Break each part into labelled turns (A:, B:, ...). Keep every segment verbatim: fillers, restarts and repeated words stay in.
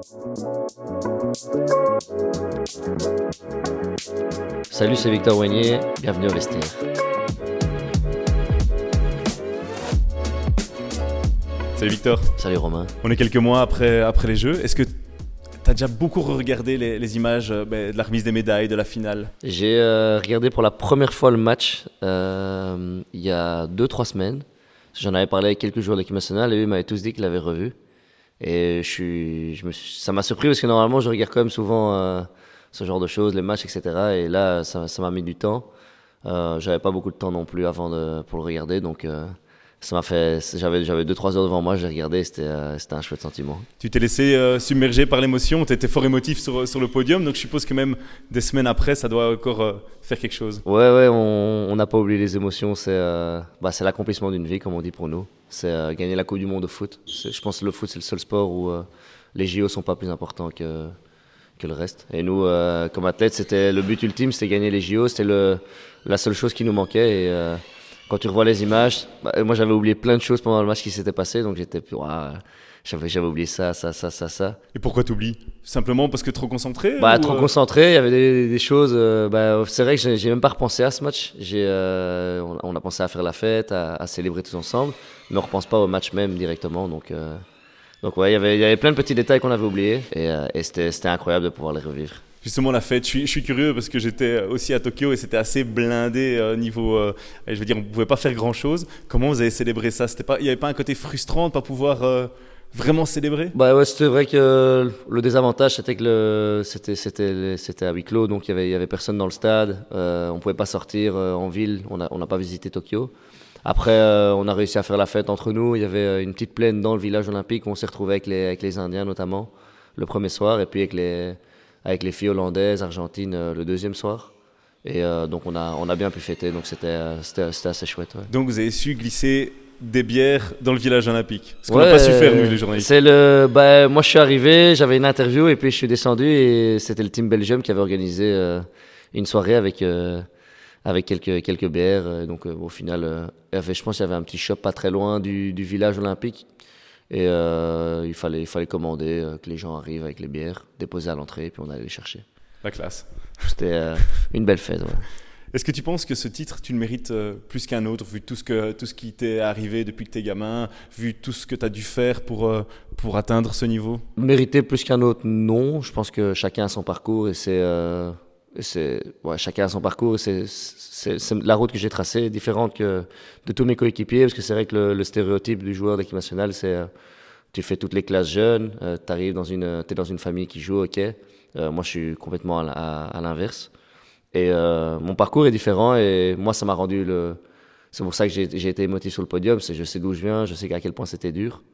A: Salut, c'est Victor Wagnier, bienvenue au vestiaire.
B: Salut Victor.
A: Salut Romain.
B: On est quelques mois après, après les Jeux. Est-ce que tu as déjà beaucoup regardé les, les images euh, bah, de la remise des médailles, de la finale?
A: J'ai euh, regardé pour la première fois le match euh, il y a deux trois semaines. J'en avais parlé avec quelques joueurs de l'équipe nationale et eux ils m'avaient tous dit qu'ils l'avaient revu. Et je suis, je me suis, ça m'a surpris parce que normalement je regarde quand même souvent euh, ce genre de choses, les matchs, et cetera. Et là, ça, ça m'a mis du temps. Euh, j'avais pas beaucoup de temps non plus avant de, pour le regarder, donc euh, ça m'a fait. J'avais, j'avais deux trois heures devant moi, j'ai regardé, c'était, euh, c'était un chouette sentiment.
B: Tu t'es laissé euh, submerger par l'émotion, tu étais fort émotif sur, sur le podium, donc je suppose que même des semaines après, ça doit encore euh, faire quelque chose.
A: Ouais, ouais, on n'a pas oublié les émotions, c'est, euh, bah, c'est l'accomplissement d'une vie, comme on dit pour nous. C'est euh, gagner la Coupe du Monde de foot. C'est, je pense que le foot, c'est le seul sport où euh, les J O sont pas plus importants que, que le reste. Et nous, euh, comme athlètes, c'était le but ultime, c'était gagner les J O, c'était le, la seule chose qui nous manquait. Et euh, quand tu revois les images, bah, moi j'avais oublié plein de choses pendant le match qui s'était passé, donc j'étais ouah, j'avais, j'avais oublié ça, ça, ça, ça, ça.
B: Et pourquoi t'oublies? Simplement parce que trop concentré?
A: Bah,
B: ou
A: trop
B: euh...
A: concentré, il y avait des, des choses. Euh, bah, c'est vrai que j'ai, j'ai même pas repensé à ce match. J'ai, euh, on, on a pensé à faire la fête, à, à célébrer tous ensemble, mais on repense pas au match même directement. Donc, euh, donc ouais, il y avait, il y avait plein de petits détails qu'on avait oubliés, et, euh, et c'était, c'était incroyable de pouvoir les revivre.
B: Justement, la fête, je suis, je suis curieux parce que j'étais aussi à Tokyo et c'était assez blindé euh, niveau. Euh, je veux dire, on ne pouvait pas faire grand chose. Comment vous avez célébré ça? C'était pas, il n'y avait pas un côté frustrant de ne pas pouvoir euh, vraiment célébrer?
A: Bah ouais, c'était vrai que le désavantage c'était que le, c'était, c'était, c'était à huis clos, donc il y avait, il y avait personne dans le stade. Euh, on pouvait pas sortir euh, en ville. On a, on n'a pas visité Tokyo. Après, euh, on a réussi à faire la fête entre nous. Il y avait une petite plaine dans le village olympique où on s'est retrouvé avec les, avec les Indiens notamment le premier soir, et puis avec les avec les filles hollandaises, argentines euh, le deuxième soir. Et euh, donc on a, on a bien pu fêter, donc c'était, euh, c'était, c'était assez chouette. Ouais.
B: Donc vous avez su glisser des bières dans le village olympique, ce qu'on
A: ouais,
B: n'a pas su faire nous les journalistes.
A: C'est le, bah, moi je suis arrivé, j'avais une interview et puis je suis descendu et c'était le Team Belgium qui avait organisé euh, une soirée avec, euh, avec quelques, quelques bières. Donc euh, au final, euh, je pense qu'il y avait un petit shop pas très loin du, du village olympique. Et euh, il, fallait, il fallait commander euh, que les gens arrivent avec les bières, déposer à l'entrée, et puis on allait les chercher.
B: La classe.
A: C'était euh, une belle fête. Ouais.
B: Est-ce que tu penses que ce titre, tu le mérites euh, plus qu'un autre, vu tout ce, que, tout ce qui t'est arrivé depuis que t'es gamin, vu tout ce que tu as dû faire pour, euh, pour atteindre ce niveau?
A: Mériter plus qu'un autre, non. Je pense que chacun a son parcours et c'est... Euh, et c'est ouais, chacun a son parcours. C'est, c'est, c'est la route que j'ai tracée est différente que de tous mes coéquipiers, parce que c'est vrai que le, le stéréotype du joueur d'équipe nationale, c'est euh, tu fais toutes les classes jeunes, euh, t'arrives dans une, t'es dans une famille qui joue, ok. Euh, moi, je suis complètement à, à, à l'inverse. Et euh, mon parcours est différent et moi, ça m'a rendu le. C'est pour ça que j'ai, j'ai été émotif sur le podium. C'est je sais d'où je viens, je sais à quel point c'était dur.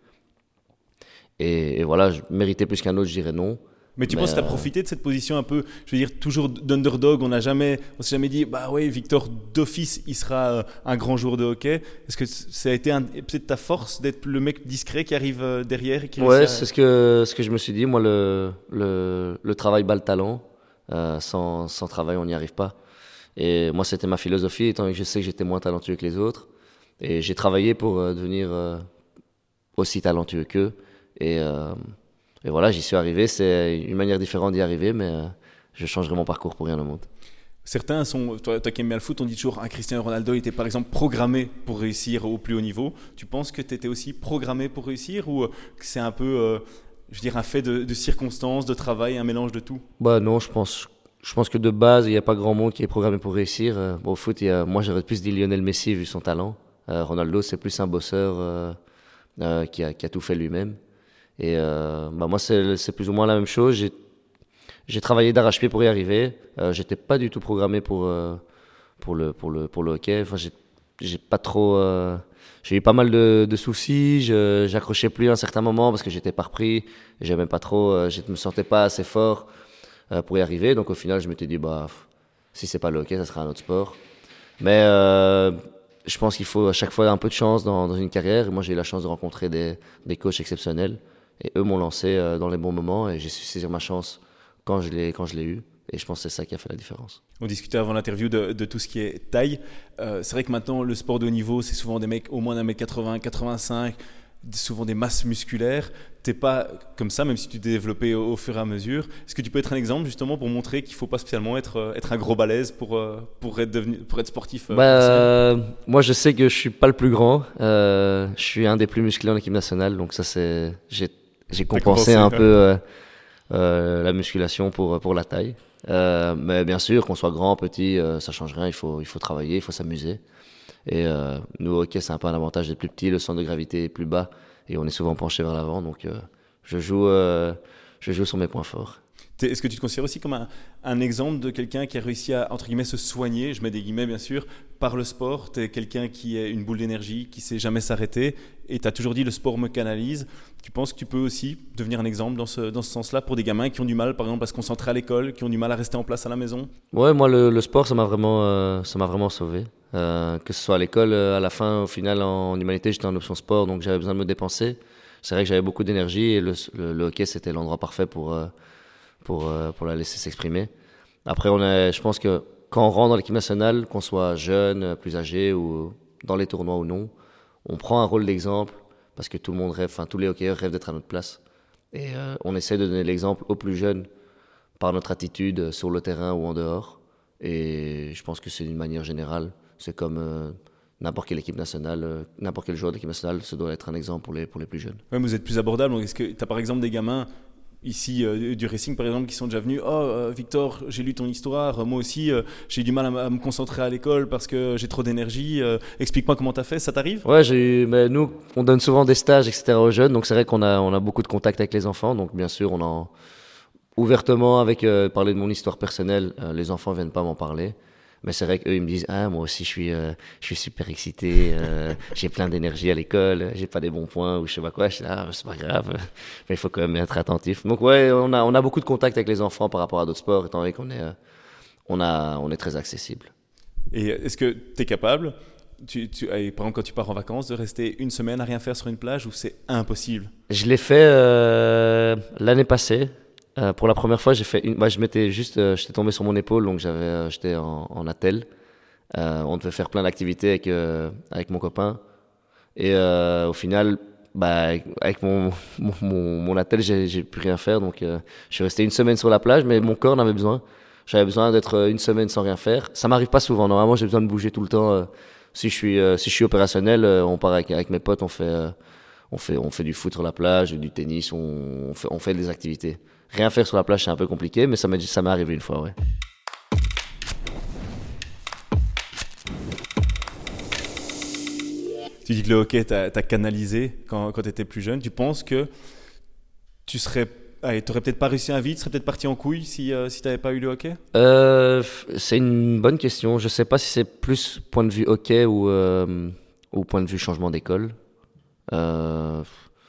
A: Et, et voilà, je méritais plus qu'un autre, je dirais non.
B: Mais tu
A: Mais
B: penses que tu as
A: euh...
B: profité de cette position un peu, je veux dire, toujours d'underdog? On n'a jamais, on s'est jamais dit, bah ouais, Victor, d'office, il sera un grand joueur de hockey. Est-ce que ça a été un, peut-être ta force d'être le mec discret qui arrive derrière et qui
A: Ouais,
B: à...
A: c'est ce que, ce que je me suis dit. Moi, le, le, le travail bat le talent. Euh, sans, sans travail, on n'y arrive pas. Et moi, c'était ma philosophie, étant donné que je sais que j'étais moins talentueux que les autres. Et j'ai travaillé pour euh, devenir euh, aussi talentueux qu'eux. Et, euh, et voilà, j'y suis arrivé. C'est une manière différente d'y arriver, mais euh, je changerai mon parcours pour rien au monde.
B: Certains sont, toi, toi qui aimes bien le foot, on dit toujours, ah, Cristiano Ronaldo était par exemple programmé pour réussir au plus haut niveau. Tu penses que tu étais aussi programmé pour réussir, ou que c'est un peu, euh, je veux dire, un fait de, de circonstances, de travail, un mélange de tout? Bah
A: non, je pense, je pense que de base, il n'y a pas grand monde qui est programmé pour réussir. Euh, bon, au foot, il y a, moi j'aurais plus dit Lionel Messi vu son talent. Euh, Ronaldo, c'est plus un bosseur euh, euh, qui, a, qui a tout fait lui-même. Et euh, bah moi, c'est, c'est plus ou moins la même chose. J'ai, j'ai travaillé d'arrache-pied pour y arriver. Euh, j'étais pas du tout programmé pour euh, pour le pour le pour le hockey. Enfin, j'ai j'ai pas trop. Euh, j'ai eu pas mal de, de soucis. Je j'accrochais plus à un certain moment parce que j'étais pas repris. J'aimais pas trop. Euh, je me sentais pas assez fort euh, pour y arriver. Donc au final, je m'étais dit bah si c'est pas le hockey, ça sera un autre sport. Mais euh, je pense qu'il faut à chaque fois un peu de chance dans dans une carrière. Et moi, j'ai eu la chance de rencontrer des des coachs exceptionnels. Et eux m'ont lancé dans les bons moments et j'ai su saisir ma chance quand je l'ai, quand je l'ai eu. Et je pense que c'est ça qui a fait la différence.
B: On discutait avant l'interview de, de tout ce qui est taille. Euh, c'est vrai que maintenant, le sport de haut niveau, c'est souvent des mecs au moins d'un mètre quatre-vingts, quatre-vingt-cinq. souvent des masses musculaires. T'es pas comme ça, même si tu t'es développé au, au fur et à mesure. Est-ce que tu peux être un exemple justement pour montrer qu'il faut pas spécialement être, être un gros balèze pour, pour, être, devenu, pour être sportif euh,
A: bah, euh, Moi, je sais que je suis pas le plus grand. Euh, je suis un des plus musclés en équipe nationale, donc ça c'est j'ai j'ai compensé, compensé un ouais. peu euh, euh, la musculation pour pour la taille. Euh, mais bien sûr, qu'on soit grand, petit, euh, ça change rien. Il faut il faut travailler, il faut s'amuser. Et euh, nous, au hockey, c'est un peu un avantage d'être plus petit. Le centre de gravité est plus bas. Et on est souvent penché vers l'avant, donc euh, je, joue, euh, je joue sur mes points forts.
B: Est-ce que tu te considères aussi comme un, un exemple de quelqu'un qui a réussi à, entre guillemets, se soigner, je mets des guillemets bien sûr, par le sport? Tu es quelqu'un qui est une boule d'énergie, qui ne sait jamais s'arrêter, et tu as toujours dit le sport me canalise. Tu penses que tu peux aussi devenir un exemple dans ce, dans ce sens-là pour des gamins qui ont du mal, par exemple, à se concentrer à l'école, qui ont du mal à rester en place à la maison?
A: Ouais, moi, le, le sport, ça m'a vraiment, euh, ça m'a vraiment sauvé. Euh, que ce soit à l'école, euh, à la fin, au final, en, en humanité, j'étais en option sport, donc j'avais besoin de me dépenser. C'est vrai que j'avais beaucoup d'énergie et le, le, le hockey, c'était l'endroit parfait pour, euh, pour, euh, pour la laisser s'exprimer. Après, on a, je pense que quand on rentre dans l'équipe nationale, qu'on soit jeune, plus âgé ou dans les tournois ou non, on prend un rôle d'exemple parce que tout le monde rêve, enfin tous les hockeyeurs rêvent d'être à notre place. Et euh, on essaie de donner l'exemple aux plus jeunes par notre attitude sur le terrain ou en dehors. Et je pense que c'est d'une manière générale. C'est comme euh, n'importe quelle équipe nationale, euh, n'importe quel joueur d'équipe nationale, ça doit être un exemple pour les, pour les plus jeunes.
B: Ouais, vous êtes plus abordable. Donc est-ce que tu as par exemple des gamins ici euh, du Racing par exemple qui sont déjà venus? Oh euh, Victor, j'ai lu ton histoire, moi aussi euh, j'ai eu du mal à, m- à me concentrer à l'école parce que j'ai trop d'énergie. Euh, explique-moi comment tu as fait, ça t'arrive?
A: Ouais, j'ai eu, mais nous, on donne souvent des stages, et cetera aux jeunes, donc c'est vrai qu'on a, on a beaucoup de contacts avec les enfants, donc bien sûr, on en ouvertement avec euh, parler de mon histoire personnelle, euh, les enfants viennent pas m'en parler. Mais c'est vrai qu'eux, ils me disent, ah, moi aussi, je suis, euh, je suis super excité, euh, j'ai plein d'énergie à l'école, j'ai pas des bons points ou je sais pas quoi. Je dis, ah, c'est pas grave, mais il faut quand même être attentif. Donc, ouais, on a, on a beaucoup de contacts avec les enfants par rapport à d'autres sports, étant donné qu'on est, euh, on a, on est très accessible.
B: Et est-ce que tu es capable, tu, tu, allez, par exemple, quand tu pars en vacances, de rester une semaine à rien faire sur une plage ou c'est impossible?
A: Je l'ai fait euh, l'année passée. Euh, pour la première fois, j'ai fait une. Bah, je m'étais juste, euh, j'étais tombé sur mon épaule, donc j'avais, euh, j'étais en, en attelle. Euh, on devait faire plein d'activités avec euh, avec mon copain. Et euh, au final, bah, avec mon mon, mon, mon attelle, j'ai, j'ai pu rien faire. Donc, euh, je suis resté une semaine sur la plage, mais mon corps en avait besoin. J'avais besoin d'être une semaine sans rien faire. Ça m'arrive pas souvent. Normalement, j'ai besoin de bouger tout le temps. Euh, si je suis euh, si je suis opérationnel, euh, on part avec avec mes potes, on fait euh, on fait on fait du foot sur la plage, du tennis, on, on fait on fait des activités. Rien faire sur la plage, c'est un peu compliqué, mais ça m'est, ça m'est arrivé une fois, ouais.
B: Tu dis que le hockey t'a, t'a canalisé quand, quand tu étais plus jeune. Tu penses que tu serais, allez, t'aurais peut-être pas réussi à vite, tu serais peut-être parti en couille si, euh, si tu n'avais pas eu le hockey?
A: euh, C'est une bonne question. Je sais pas si c'est plus point de vue hockey ou, euh, ou point de vue changement d'école. Euh,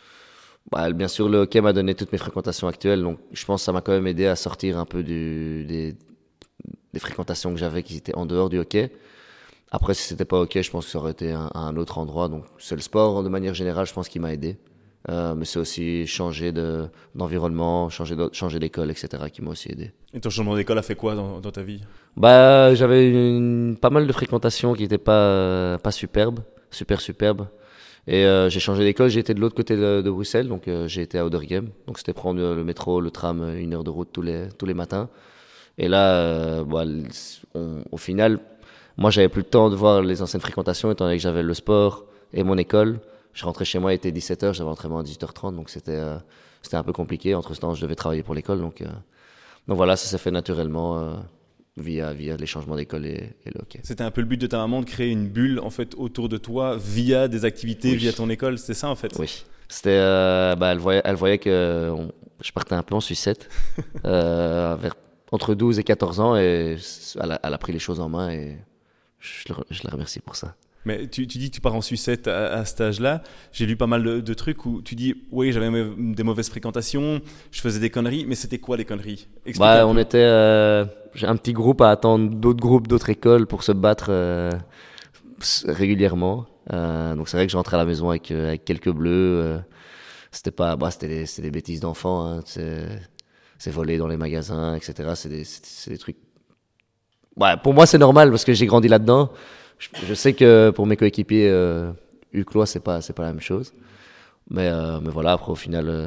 A: Bah, bien sûr, le hockey m'a donné toutes mes fréquentations actuelles, donc je pense que ça m'a quand même aidé à sortir un peu du, des, des fréquentations que j'avais qui étaient en dehors du hockey. Après, si c'était pas hockey, je pense que ça aurait été un, un autre endroit. Donc, c'est le sport de manière générale, je pense, qui m'a aidé. Euh, mais c'est aussi changer de, d'environnement, changer, de, changer d'école, et cetera, qui m'a aussi aidé.
B: Et ton changement d'école a fait quoi dans, dans ta vie?
A: Bah, j'avais une, pas mal de fréquentations qui n'étaient pas, pas superbes, super superbes. Et euh, j'ai changé d'école, j'ai été de l'autre côté de, de Bruxelles, donc euh, j'ai été à Oudergem. Donc c'était prendre le métro, le tram, une heure de route tous les, tous les matins. Et là, euh, bah, on, au final, moi j'avais plus le temps de voir les anciennes fréquentations, étant donné que j'avais le sport et mon école. Je rentrais chez moi, il était dix-sept heures, j'avais entraînement à dix-huit heures trente, donc c'était, euh, c'était un peu compliqué. Entre ce temps, je devais travailler pour l'école, donc, euh, donc voilà, ça s'est fait naturellement. Euh, via via les changements d'école et, et le hockey.
B: C'était un peu le but de ta maman de créer une bulle en fait autour de toi via des activités, oui. Via ton école, c'est ça en fait?
A: Oui. C'était euh, bah elle voyait elle voyait que on, je partais un peu en sucette euh, vers entre douze et quatorze ans et elle a, elle a pris les choses en main et je, je la remercie pour ça.
B: Mais tu, tu dis que tu pars en sucette à, à cet âge-là. J'ai lu pas mal de, de trucs où tu dis oui, j'avais des mauvaises fréquentations, je faisais des conneries, mais c'était quoi les conneries? Explique
A: bah, on était euh, j'ai un petit groupe à attendre d'autres groupes, d'autres écoles pour se battre euh, régulièrement. Euh, donc c'est vrai que je rentrais à la maison avec, euh, avec quelques bleus. Euh, c'était pas, bah, c'était des, c'était des bêtises d'enfants. Hein, c'est, c'est voler dans les magasins, et cetera. C'est des, c'est, c'est des trucs. Ouais, pour moi c'est normal parce que j'ai grandi là-dedans. Je sais que pour mes coéquipiers, euh, Uclois, c'est pas, c'est pas la même chose. Mais, euh, mais voilà, après, au final, euh,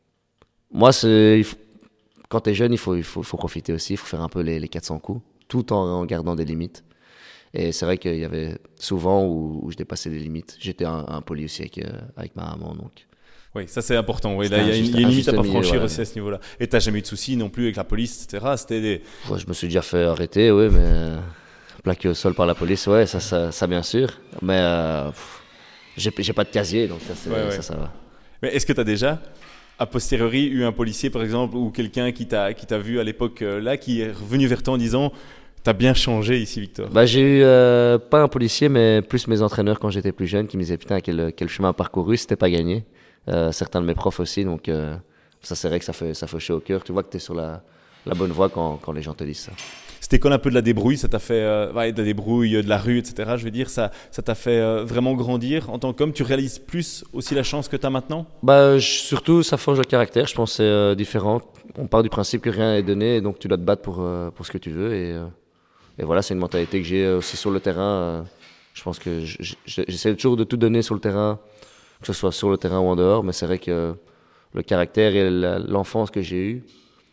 A: moi, c'est, il faut- quand t'es jeune, il faut, il faut, faut profiter aussi, il faut faire un peu les, les quatre cents coups, tout en, en gardant des limites. Et c'est vrai qu'il y avait souvent où, où je dépassais les limites. J'étais un, un poli aussi avec, euh, avec ma maman, donc.
B: Oui, ça c'est important. Oui,
A: C'était
B: là, il y a
A: un
B: une,
A: juste-
B: il y a une
A: un
B: limite à
A: juste
B: pas
A: milieu,
B: franchir
A: voilà.
B: aussi à ce niveau-là. Et t'as jamais eu de soucis non plus avec la police, et cetera. C'était des...
A: Ouais, je me suis déjà fait arrêter, oui, mais euh, plaqué au sol par la police, ouais, ça, ça, ça bien sûr. Mais euh, pff, j'ai, j'ai pas de casier, donc ça, c'est,
B: Ouais, ouais.
A: ça, ça va.
B: Mais est-ce que t'as déjà, a posteriori, eu un policier, par exemple, ou quelqu'un qui t'a, qui t'a vu à l'époque euh, là, qui est revenu vers toi en disant t'as bien changé ici, Victor?
A: Bah, j'ai eu, euh, pas un policier, mais plus mes entraîneurs quand j'étais plus jeune qui me disaient putain, quel, quel chemin parcouru, c'était pas gagné. Euh, certains de mes profs aussi, donc euh, ça, c'est vrai que ça fait, ça fait chaud au cœur. Tu vois que t'es sur la, la bonne voie quand, quand les gens te disent ça.
B: C'était comme un peu de la débrouille, ça t'a fait, euh, ouais, de la débrouille, de la rue, et cetera. Je veux dire, ça, ça t'a fait euh, vraiment grandir en tant qu'homme. Tu réalises plus aussi la chance que t'as maintenant?
A: Bah, je- surtout, ça forge le caractère. Je pense que c'est euh, différent. On part du principe que rien n'est donné, et donc tu dois te battre pour, euh, pour ce que tu veux. Et, euh, et voilà, c'est une mentalité que j'ai aussi sur le terrain. euh, je pense que je- je- j'essaie toujours de tout donner sur le terrain, que ce soit sur le terrain ou en dehors. Mais c'est vrai que le caractère et la- l'enfance que j'ai eue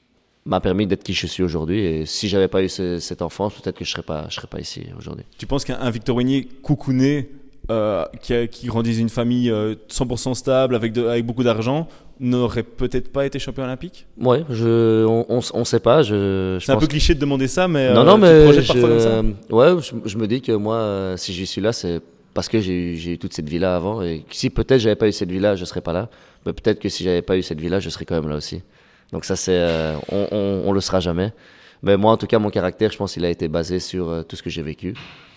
A: m'a permis d'être qui je suis aujourd'hui. Et si j'avais pas eu ce- cette enfance, peut-être que je serais pas, je serais pas ici aujourd'hui.
B: Tu penses qu'un un Victor Wagnier coucouné, euh, qui, a- qui grandit dans une famille euh, cent pour cent stable, avec, de- avec beaucoup d'argent, n'aurait peut-être pas été champion olympique?
A: Ouais, je, on, on, on sait pas. Je, je
B: C'est un
A: pense
B: peu cliché de demander ça, mais
A: non,
B: euh,
A: non,
B: tu te
A: mais
B: projettes
A: je,
B: parfois comme ça?
A: ouais, je, je me dis que moi, euh, si j'y suis là, c'est parce que j'ai eu, j'ai eu toute cette vie-là avant. Et que si peut-être j'avais pas eu cette vie-là, je serais pas là. Mais peut-être que si j'avais pas eu cette vie-là, je serais quand même là aussi. Donc ça, c'est, euh, on, on, on le sera jamais. Mais moi, en tout cas, mon caractère, je pense qu'il a été basé sur euh, tout ce que j'ai vécu.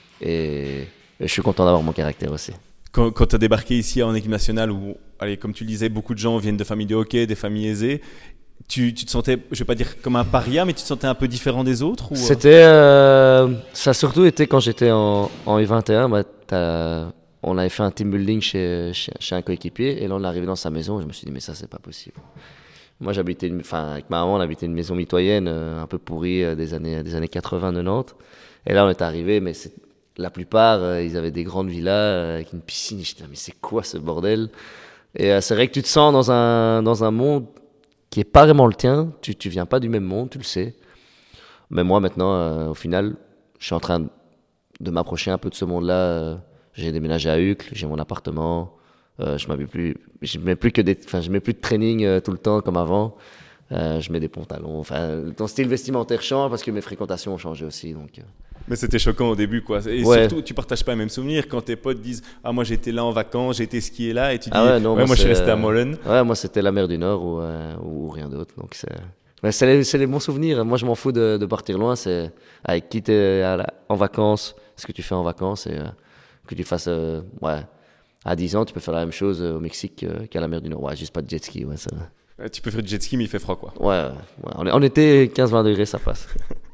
A: Et, et je suis content d'avoir mon caractère aussi.
B: Quand, quand tu as débarqué ici en équipe nationale, où, allez, comme tu le disais, beaucoup de gens viennent de familles de hockey, des familles aisées, tu, tu te sentais, je vais pas dire comme un paria, mais tu te sentais un peu différent des autres ou...
A: C'était, euh, ça a surtout été quand j'étais en, en U vingt et un. Bah, t'as- on avait fait un team building chez, chez, chez un coéquipier et là on est arrivé dans sa maison et je me suis dit mais ça c'est pas possible. Moi j'habitais, une- enfin avec ma maman on habitait une maison mitoyenne euh, un peu pourrie euh, des années des années quatre-vingts quatre-vingt-dix et là on est arrivé mais c'est, la plupart euh, ils avaient des grandes villas euh, avec une piscine et j'étais là, mais c'est quoi ce bordel? Et euh, c'est vrai que tu te sens dans un dans un monde qui est pas vraiment le tien. Tu tu viens pas du même monde, tu le sais. Mais moi, maintenant, euh, au final, je suis en train de m'approcher un peu de ce monde-là. euh, J'ai déménagé à Uccle, j'ai mon appartement. Euh, je m'habille plus, je mets plus que des, enfin, je mets plus de training euh, tout le temps comme avant. Euh, je mets des pantalons. Enfin, ton style vestimentaire change parce que mes fréquentations ont changé aussi. Donc, euh.
B: Mais c'était choquant au début, quoi. Et
A: Ouais.
B: surtout, tu partages pas les mêmes souvenirs quand tes potes disent ah moi j'étais là en vacances, j'ai été skier là, et tu dis
A: Ah ouais, non,
B: moi, je suis
A: c'est,
B: resté à
A: euh,
B: Molen.
A: Ouais, moi c'était la mer du Nord ou, euh, ou rien d'autre. Donc c'est, mais c'est les, c'est les bons souvenirs. Moi, je m'en fous de, de partir loin. C'est avec qui t'es à la- en vacances, ce que tu fais en vacances et euh, que tu fasses, euh, ouais. À dix ans, tu peux faire la même chose euh, au Mexique euh, qu'à la mer du Nord. Ouais, juste pas de jet ski, ouais, ça.
B: Euh, Tu peux faire du jet ski, mais il fait froid, quoi.
A: Ouais, ouais. En, en été, quinze vingt degrés, ça passe.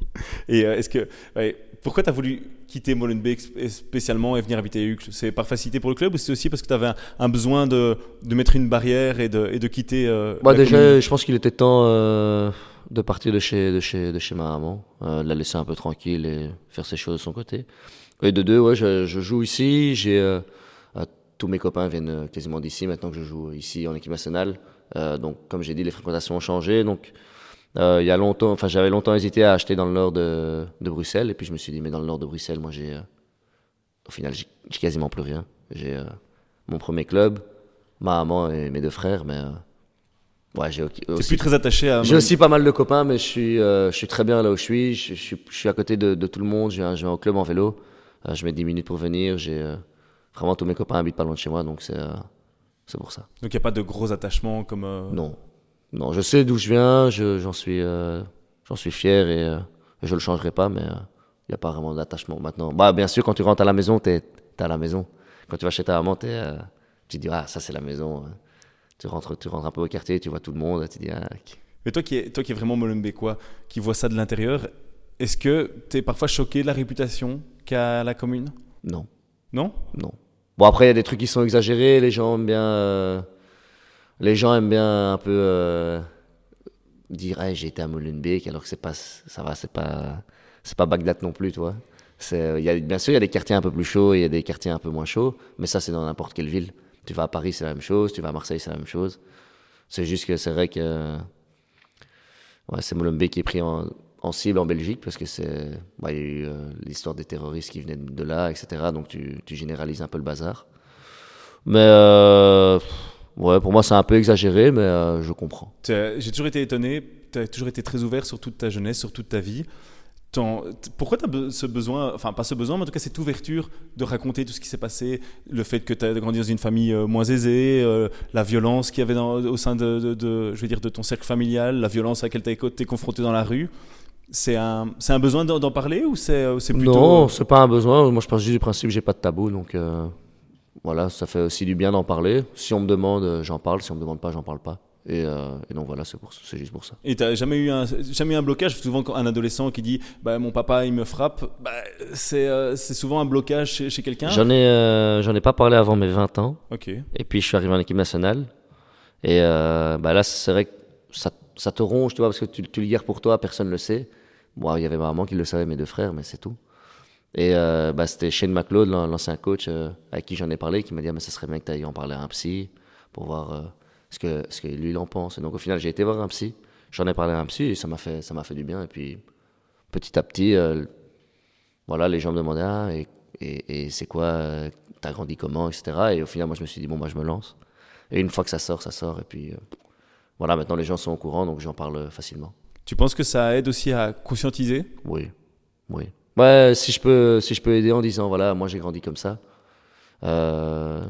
B: Et euh, est-ce que ouais, pourquoi tu as voulu quitter Molenbeek sp- spécialement et venir habiter à Uccle? C'est par facilité pour le club ou c'est aussi parce que tu avais un, un besoin de, de mettre une barrière et de, et de quitter euh,
A: Bah,
B: la
A: déjà,
B: commune?
A: je pense qu'il était temps euh, de partir de chez, de chez, de chez ma maman, euh, de la laisser un peu tranquille et faire ses choses de son côté. Et de deux, ouais, je, je joue ici. J'ai euh, euh, tous mes copains viennent euh, quasiment d'ici maintenant que je joue ici en équipe nationale. Euh, donc, comme j'ai dit, les fréquentations ont changé. Donc, euh, il y a longtemps, enfin, j'avais longtemps hésité à acheter dans le nord de, de Bruxelles. Et puis, je me suis dit, mais dans le nord de Bruxelles, moi, j'ai, euh, au final, j'ai j'ai quasiment plus rien. J'ai euh, mon premier club, ma maman et mes deux frères, mais euh, ouais, j'ai
B: Tu
A: aussi,
B: plus très attaché à
A: j'ai aussi pas mal de copains, mais je suis, euh, je suis très bien là où je suis. Je, je suis, je suis à côté de, de tout le monde. Je viens, je viens au club en vélo. Euh, je mets dix minutes pour venir. J'ai euh, vraiment tous mes copains habitent pas loin de chez moi, donc c'est, euh, c'est pour ça.
B: Donc il n'y a pas de gros attachements comme... euh,
A: Non, non, je sais d'où je viens. Je, j'en suis, euh, j'en suis fier et euh, je le changerai pas, mais il n'y a pas vraiment d'attachement maintenant. Bah, bien sûr, quand tu rentres à la maison, t'es, t'es à la maison. Quand tu vas chez ta maman, t'es, euh, tu te dis ah ça c'est la maison. Tu rentres, tu rentres un peu au quartier, tu vois tout le monde, tu te dis ah. ok.
B: Mais toi qui es, toi qui es vraiment Molenbeekois, qui vois ça de l'intérieur, est-ce que tu es parfois choqué de la réputation qu'a la commune?
A: Non.
B: Non?
A: Non. Bon, après, il y a des trucs qui sont exagérés. Les gens aiment bien, euh, les gens aiment bien un peu euh, dire hey, j'ai été à Molenbeek, alors que c'est pas, ça va, c'est pas, c'est pas Bagdad non plus, tu vois. C'est, il y a, bien sûr, il y a des quartiers un peu plus chauds et il y a des quartiers un peu moins chauds, mais ça, c'est dans n'importe quelle ville. Tu vas à Paris, c'est la même chose. Tu vas à Marseille, c'est la même chose. C'est juste que c'est vrai que ouais, c'est Molenbeek qui est pris en, en cible en Belgique parce que c'est, bah, il y a eu euh, l'histoire des terroristes qui venaient de là, et cetera. Donc tu, tu généralises un peu le bazar. Mais euh, ouais, pour moi, c'est un peu exagéré, mais euh, je comprends.
B: J'ai toujours été étonné. Tu as toujours été très ouvert sur toute ta jeunesse, sur toute ta vie. Ton, pourquoi tu as ce besoin, enfin pas ce besoin, mais en tout cas cette ouverture de raconter tout ce qui s'est passé, le fait que tu as grandi dans une famille euh, moins aisée, euh, la violence qu'il y avait dans, au sein de, de, de, je veux dire, de ton cercle familial, la violence à laquelle tu as été confronté dans la rue. C'est un, c'est un besoin d'en, d'en parler ou c'est, c'est plutôt...
A: Non, c'est pas un besoin. Moi, je pense juste du principe que j'ai pas de tabou, donc euh, voilà, ça fait aussi du bien d'en parler. Si on me demande, j'en parle. Si on me demande pas, j'en parle pas. Et, euh, et donc voilà, c'est, pour, c'est juste pour ça.
B: Et t'as jamais eu un, jamais eu un blocage? Souvent, quand un adolescent qui dit bah, « mon papa, il me frappe bah, », c'est, euh, c'est souvent un blocage chez, chez quelqu'un?
A: J'en ai, euh, j'en ai pas parlé avant mes vingt ans.
B: Ok.
A: Et puis, je suis arrivé en équipe nationale. Et euh, bah là, c'est vrai que ça, ça te ronge, tu vois, parce que tu, tu le gardes pour toi, personne ne le sait. Bon, il y avait ma maman qui le savait, mes deux frères, mais c'est tout. Et euh, bah, c'était Shane McLeod, l'ancien coach, euh, avec qui j'en ai parlé, qui m'a dit ah, mais ça serait bien que tu ailles en parler à un psy pour voir... Euh, ce que, ce que lui il en pense. Et donc au final j'ai été voir un psy, j'en ai parlé à un psy et ça m'a fait, ça m'a fait du bien. Et puis petit à petit, euh, voilà, les gens me demandaient ah, et, et, et c'est quoi, euh, t'as grandi comment, et cetera. Et au final moi je me suis dit bon bah je me lance. Et une fois que ça sort, ça sort. Et puis euh, voilà, maintenant les gens sont au courant donc j'en parle facilement.
B: Tu penses que ça aide aussi à conscientiser?
A: Oui, oui. Ouais, si je peux, si je peux aider en disant voilà, moi j'ai grandi comme ça. Euh,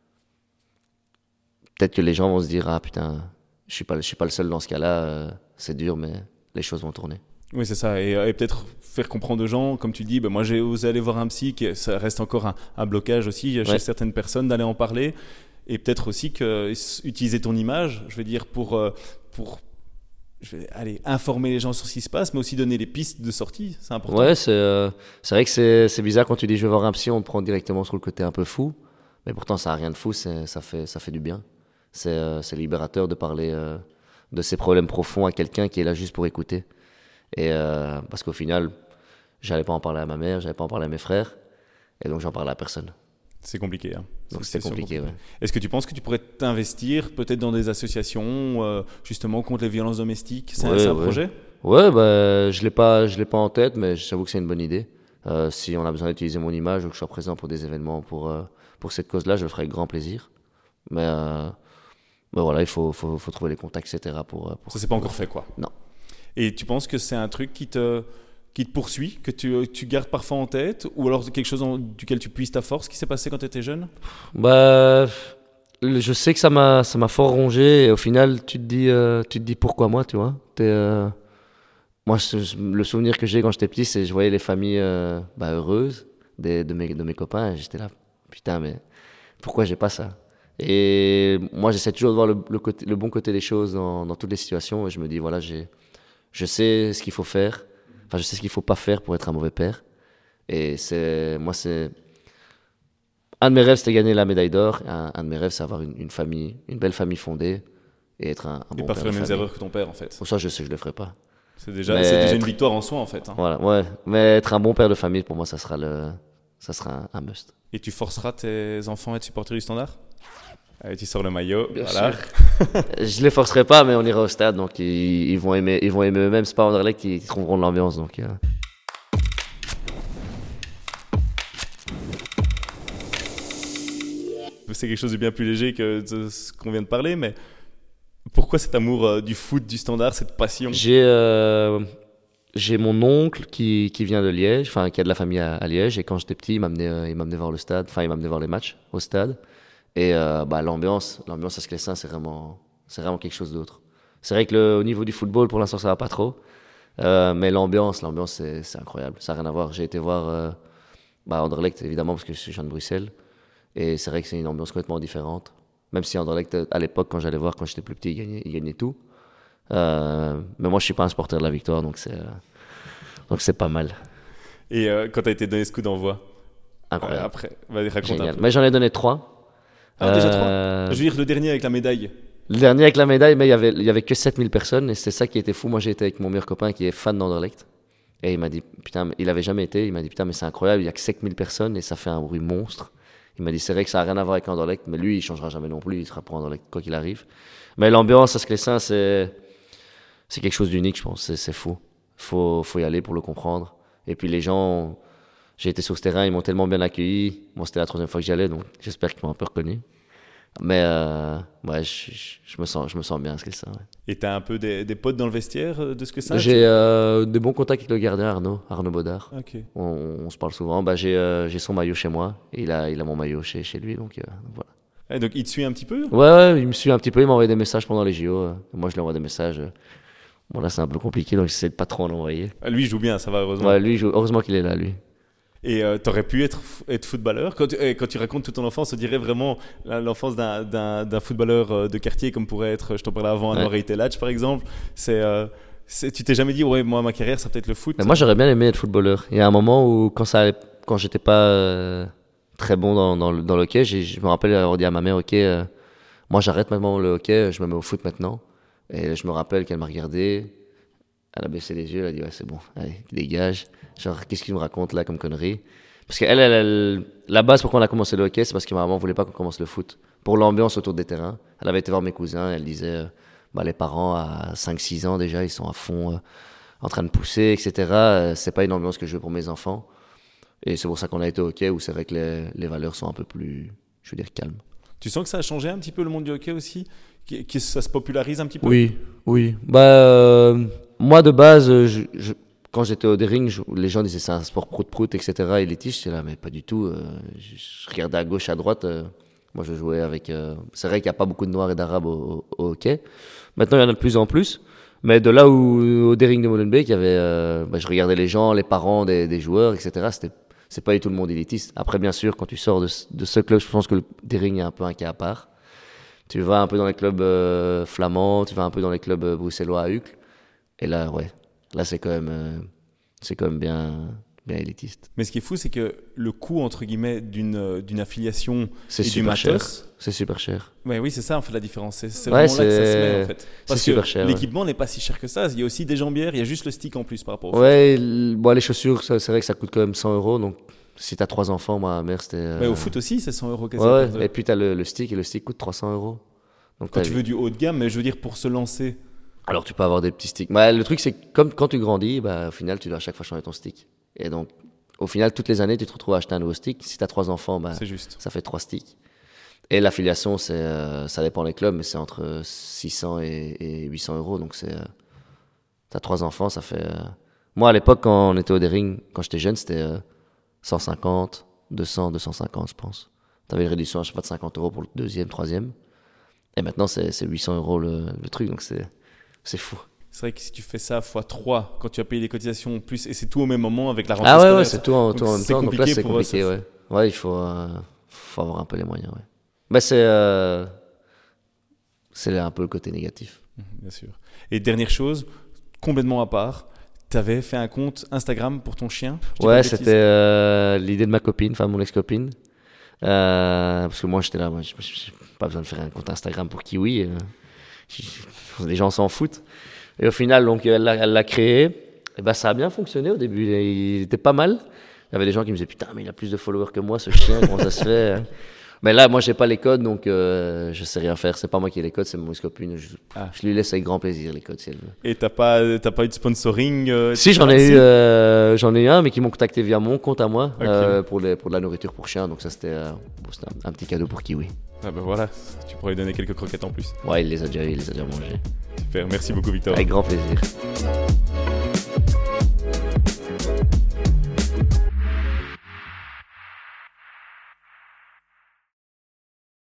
A: Peut-être que les gens vont se dire ah putain, je suis pas, je suis pas le seul dans ce cas-là. Euh, c'est dur, mais les choses vont tourner.
B: Oui, c'est ça. Et, et peut-être faire comprendre aux gens, comme tu dis, ben moi j'ai osé aller voir un psy, qui, ça reste encore un, un blocage aussi chez ouais. certaines personnes d'aller en parler. Et peut-être aussi que utiliser ton image, je veux dire, pour, pour je vais aller informer les gens sur ce qui se passe, mais aussi donner les pistes de sortie. C'est important.
A: Ouais, c'est, euh, c'est vrai que c'est, c'est bizarre quand tu dis je vais voir un psy, on te prend directement sur le côté un peu fou. Mais pourtant, ça n'a rien de fou, c'est, ça, fait, ça fait du bien. C'est, euh, c'est libérateur de parler euh, de ses problèmes profonds à quelqu'un qui est là juste pour écouter. Et euh, parce qu'au final, j'allais pas en parler à ma mère, j'allais pas en parler à mes frères, et donc j'en parlais à personne.
B: C'est compliqué. Hein.
A: Donc c'est, c'est compliqué, compliqué. Ouais.
B: Est-ce que tu penses que tu pourrais t'investir peut-être dans des associations euh, justement contre les violences domestiques? C'est, ouais, un, c'est un ouais. projet?
A: Ouais, bah, je l'ai pas, je l'ai pas en tête, mais j'avoue que c'est une bonne idée. Euh, si on a besoin d'utiliser mon image ou que je sois présent pour des événements pour euh, pour cette cause-là, je le ferai avec grand plaisir. Mais euh, Ben voilà, il faut, faut, faut trouver les contacts, et cetera. Pour, pour
B: ça, c'est pas encore fait, quoi.
A: Non.
B: Et tu penses que c'est un truc qui te, qui te poursuit, que tu, tu gardes parfois en tête, ou alors quelque chose en, duquel tu puisses ta force, qui s'est passé quand tu étais jeune?
A: Bah, je sais que ça m'a, ça m'a fort rongé, et au final, tu te dis, euh, tu te dis pourquoi moi, tu vois. T'es, euh... Moi, je, le souvenir que j'ai quand j'étais petit, c'est que je voyais les familles euh, bah, heureuses des, de, mes, de mes copains, et j'étais là, putain, mais pourquoi j'ai pas ça? Et moi, j'essaie toujours de voir le, le, côté, le bon côté des choses dans, dans toutes les situations. Et je me dis, voilà, j'ai, je sais ce qu'il faut faire. Enfin, je sais ce qu'il ne faut pas faire pour être un mauvais père. Et c'est, moi, c'est... Un de mes rêves, c'était gagner la médaille d'or. Un, un de mes rêves, c'est avoir une, une famille, une belle famille fondée et être un, un bon père.
B: Et pas faire les mêmes erreurs que ton père, en fait.
A: Pour ça, je sais que je ne le ferai pas.
B: C'est déjà, c'est déjà être, une victoire en soi, en fait. Hein.
A: Voilà, ouais. Mais être un bon père de famille, pour moi, ça sera, le, ça sera un, un must.
B: Et tu forceras tes enfants à être supporters du Standard? Allez, tu sors le maillot,
A: bien
B: voilà.
A: Je les forcerai pas, mais on ira au stade, donc ils, ils vont aimer, ils vont aimer eux-mêmes. C'est pas Anderlecht qui trouveront de l'ambiance, donc. Euh...
B: C'est quelque chose de bien plus léger que de ce qu'on vient de parler, mais pourquoi cet amour euh, du foot, du Standard, cette passion?
A: J'ai, euh, j'ai mon oncle qui, qui vient de Liège, enfin qui a de la famille à, à Liège, et quand j'étais petit, il m'amenait, euh, il m'amenait voir le stade, enfin il m'amenait voir les matchs au stade. Et euh, bah, l'ambiance, l'ambiance à Sclessin, c'est vraiment, c'est vraiment quelque chose d'autre. C'est vrai que le, au niveau du football, pour l'instant, ça va pas trop. Euh, mais l'ambiance, l'ambiance, c'est, c'est incroyable. Ça n'a rien à voir. J'ai été voir euh, bah, Anderlecht, évidemment, parce que je suis jeune de Bruxelles. Et c'est vrai que c'est une ambiance complètement différente. Même si Anderlecht, à l'époque, quand j'allais voir, quand j'étais plus petit, il gagnait, il gagnait tout. Euh, mais moi, je suis pas un supporter de la victoire, donc c'est, euh, donc c'est pas mal.
B: Et euh, quand tu as été donné ce coup d'envoi?
A: Incroyable.
B: Euh, après, vas-y, raconte
A: Génial.
B: un peu.
A: Mais j'en ai donné trois.
B: Ah, déjà
A: euh...
B: trois. Je veux dire, le dernier avec la médaille.
A: Le dernier avec la médaille, mais il y avait, il y avait que sept mille personnes, et c'est ça qui était fou. Moi, j'ai été avec mon meilleur copain qui est fan d'Anderlecht. Et il m'a dit, putain, il avait jamais été, il m'a dit, putain, mais c'est incroyable, il y a que sept mille personnes, et ça fait un bruit monstre. Il m'a dit c'est vrai que ça n'a rien à voir avec Anderlecht, mais lui il changera jamais non plus, il sera pour Anderlecht quoi qu'il arrive. Mais l'ambiance à Sclessin, c'est c'est quelque chose d'unique, je pense. C'est, c'est fou. Faut faut y aller pour le comprendre. Et puis les gens, j'ai été sur ce terrain, ils m'ont tellement bien accueilli. Moi c'était la troisième fois que j'y allais, donc j'espère qu'ils m'ont un peu reconnu. Mais euh, ouais, je, je, je me sens je me sens bien à Sclessin. Ouais.
B: Et t'as un peu des, des potes dans le vestiaire de ce que ça
A: J'ai euh, des bons contacts avec le gardien Arnaud, Arnaud Baudard.
B: Okay.
A: On, on se parle souvent. Bah, j'ai, euh, j'ai son maillot chez moi et il a, il a mon maillot chez, chez lui. Donc, euh, donc voilà.
B: Et donc il te suit un petit peu?
A: Ouais, ouais, il me suit un petit peu. Il m'a envoyé des messages pendant les J O. Euh. Moi, je lui envoie des messages. Euh. Bon, là, c'est un peu compliqué, donc j'essaie de pas trop en envoyer.
B: Ah, lui, il joue bien, ça va, heureusement.
A: Ouais, lui, joue... heureusement qu'il est là, lui.
B: Et euh, t'aurais pu être, être footballeur quand tu, eh, quand tu racontes toute ton enfance, on dirait vraiment l'enfance d'un, d'un, d'un footballeur de quartier comme pourrait être, je t'en parlais avant, Anwar ouais. Telach par exemple. C'est, euh, c'est, tu t'es jamais dit, ouais, moi ma carrière, ça peut être le foot?
A: Mais moi, j'aurais bien aimé être footballeur. Il y a un moment où, quand, ça, quand j'étais pas euh, très bon dans, dans, dans le hockey, j'ai, je me rappelle avoir dit à ma mère, ok, euh, moi j'arrête maintenant le hockey, je me mets au foot maintenant. Et je me rappelle qu'elle m'a regardé, elle a baissé les yeux, elle a dit, ouais, c'est bon, allez, dégage. Genre, qu'est-ce qu'il me raconte là comme connerie? Parce qu'elle, elle, elle, la base pourquoi on a commencé le hockey, c'est parce que ma maman voulait pas qu'on commence le foot. Pour l'ambiance autour des terrains. Elle avait été voir mes cousins, elle disait, euh, bah, les parents à cinq six ans déjà, ils sont à fond, euh, en train de pousser, et cetera. Euh, c'est pas une ambiance que je veux pour mes enfants. Et c'est pour ça qu'on a été au hockey, où c'est vrai que les, les valeurs sont un peu plus, je veux dire, calmes.
B: Tu sens que ça a changé un petit peu le monde du hockey aussi? Que, que ça se popularise un petit peu?
A: Oui, oui. Bah, euh, moi de base, je, je quand j'étais au Dering, je, les gens disaient c'est un sport prout-prout, et cetera. Élitiste, j'étais là, mais pas du tout. Euh, je, je regardais à gauche, à droite. Euh, moi, je jouais avec. Euh, c'est vrai qu'il n'y a pas beaucoup de Noirs et d'Arabes au, au, au hockey. Maintenant, il y en a de plus en plus. Mais de là où, au Dering de Molenbeek, il y avait, euh, bah, je regardais les gens, les parents des, des joueurs, et cetera. C'était, c'est pas du tout le monde élitiste. Après, bien sûr, quand tu sors de, de ce club, je pense que le Dering est un peu un cas à part. Tu vas un peu dans les clubs euh, flamands, tu vas un peu dans les clubs euh, bruxellois à Uccle. Et là, ouais. Là, c'est quand même, euh, c'est quand même bien, bien élitiste.
B: Mais ce qui est fou, c'est que le coût, entre guillemets, d'une, d'une affiliation
A: c'est
B: et
A: super
B: du matos...
A: cher. C'est super cher.
B: Ouais, oui, c'est ça, en fait, la différence. C'est, c'est
A: ouais,
B: vraiment
A: c'est...
B: là que ça se met, en fait. Parce
A: c'est
B: que
A: super cher,
B: l'équipement
A: ouais.
B: n'est pas si cher que ça. Il y a aussi des jambières, il y a juste le stick en plus par rapport au
A: ouais, foot. Ouais, bon, les chaussures, ça, c'est vrai que ça coûte quand même cent euros. Donc, si t'as trois enfants, ma mère, c'était... Euh...
B: Mais au foot aussi, c'est cent euros quasiment.
A: Ouais, ouais. Et puis t'as le, le stick, et le stick coûte trois cents euros. Donc,
B: quand tu veux du haut de gamme, mais je veux dire, pour se lancer...
A: Alors, tu peux avoir des petits sticks. Bah, le truc, c'est que comme quand tu grandis, bah, au final, tu dois à chaque fois changer ton stick. Et donc, au final, toutes les années, tu te retrouves à acheter un nouveau stick. Si tu as trois enfants, bah,
B: c'est juste.
A: Ça fait trois sticks. Et l'affiliation, c'est, euh, ça dépend des clubs, mais c'est entre six cents et, et huit cents euros. Donc, c'est, euh, tu as trois enfants, ça fait. Euh... Moi, à l'époque, quand on était au Dering, quand j'étais jeune, c'était euh, cent cinquante, deux cents, deux cent cinquante, je pense. Tu avais une réduction à chaque fois de cinquante euros pour le deuxième, troisième. Et maintenant, c'est, c'est huit cents euros le, le truc. Donc, c'est. C'est fou.
B: C'est vrai que si tu fais ça fois trois, quand tu as payé les cotisations en plus, et c'est tout au même moment avec la rentrée
A: ah ouais,
B: scolaire.
A: ouais, c'est tout en, tout en même temps. Donc là, c'est compliqué,
B: eux,
A: ouais. Ouais, il faut, euh, faut avoir un peu les moyens, ouais. Mais c'est, euh, c'est un peu le côté négatif.
B: Bien sûr. Et dernière chose, complètement à part, tu avais fait un compte Instagram pour ton chien?
A: Ouais, c'était euh, l'idée de ma copine, enfin mon ex-copine. Euh, parce que moi, j'étais là, moi, j'ai pas besoin de faire un compte Instagram pour Kiwi. Euh. Les gens s'en foutent. Et au final, donc, elle l'a, elle l'a créé. Et ben, ça a bien fonctionné au début. Il était pas mal. Il y avait des gens qui me disaient putain, mais il a plus de followers que moi, ce chien. Comment ça se fait? Mais là, moi, j'ai pas les codes, donc euh, je sais rien faire. C'est pas moi qui ai les codes, c'est mon ex-copine. Je, ah. je lui laisse avec grand plaisir les codes si elle veut.
B: Et t'as pas, t'as pas eu de sponsoring euh,
A: Si, j'en ai eu, euh, j'en ai eu un, mais qui m'ont contacté via mon compte à moi, okay. euh, pour, les, pour de la nourriture pour chien. Donc ça, c'était, euh, bon, c'était un, un petit cadeau pour Kiwi.
B: Ah ben voilà, tu pourrais lui donner quelques croquettes en plus.
A: Ouais, il les a déjà, il les a déjà mangées.
B: Super, merci beaucoup Victor.
A: Avec grand plaisir.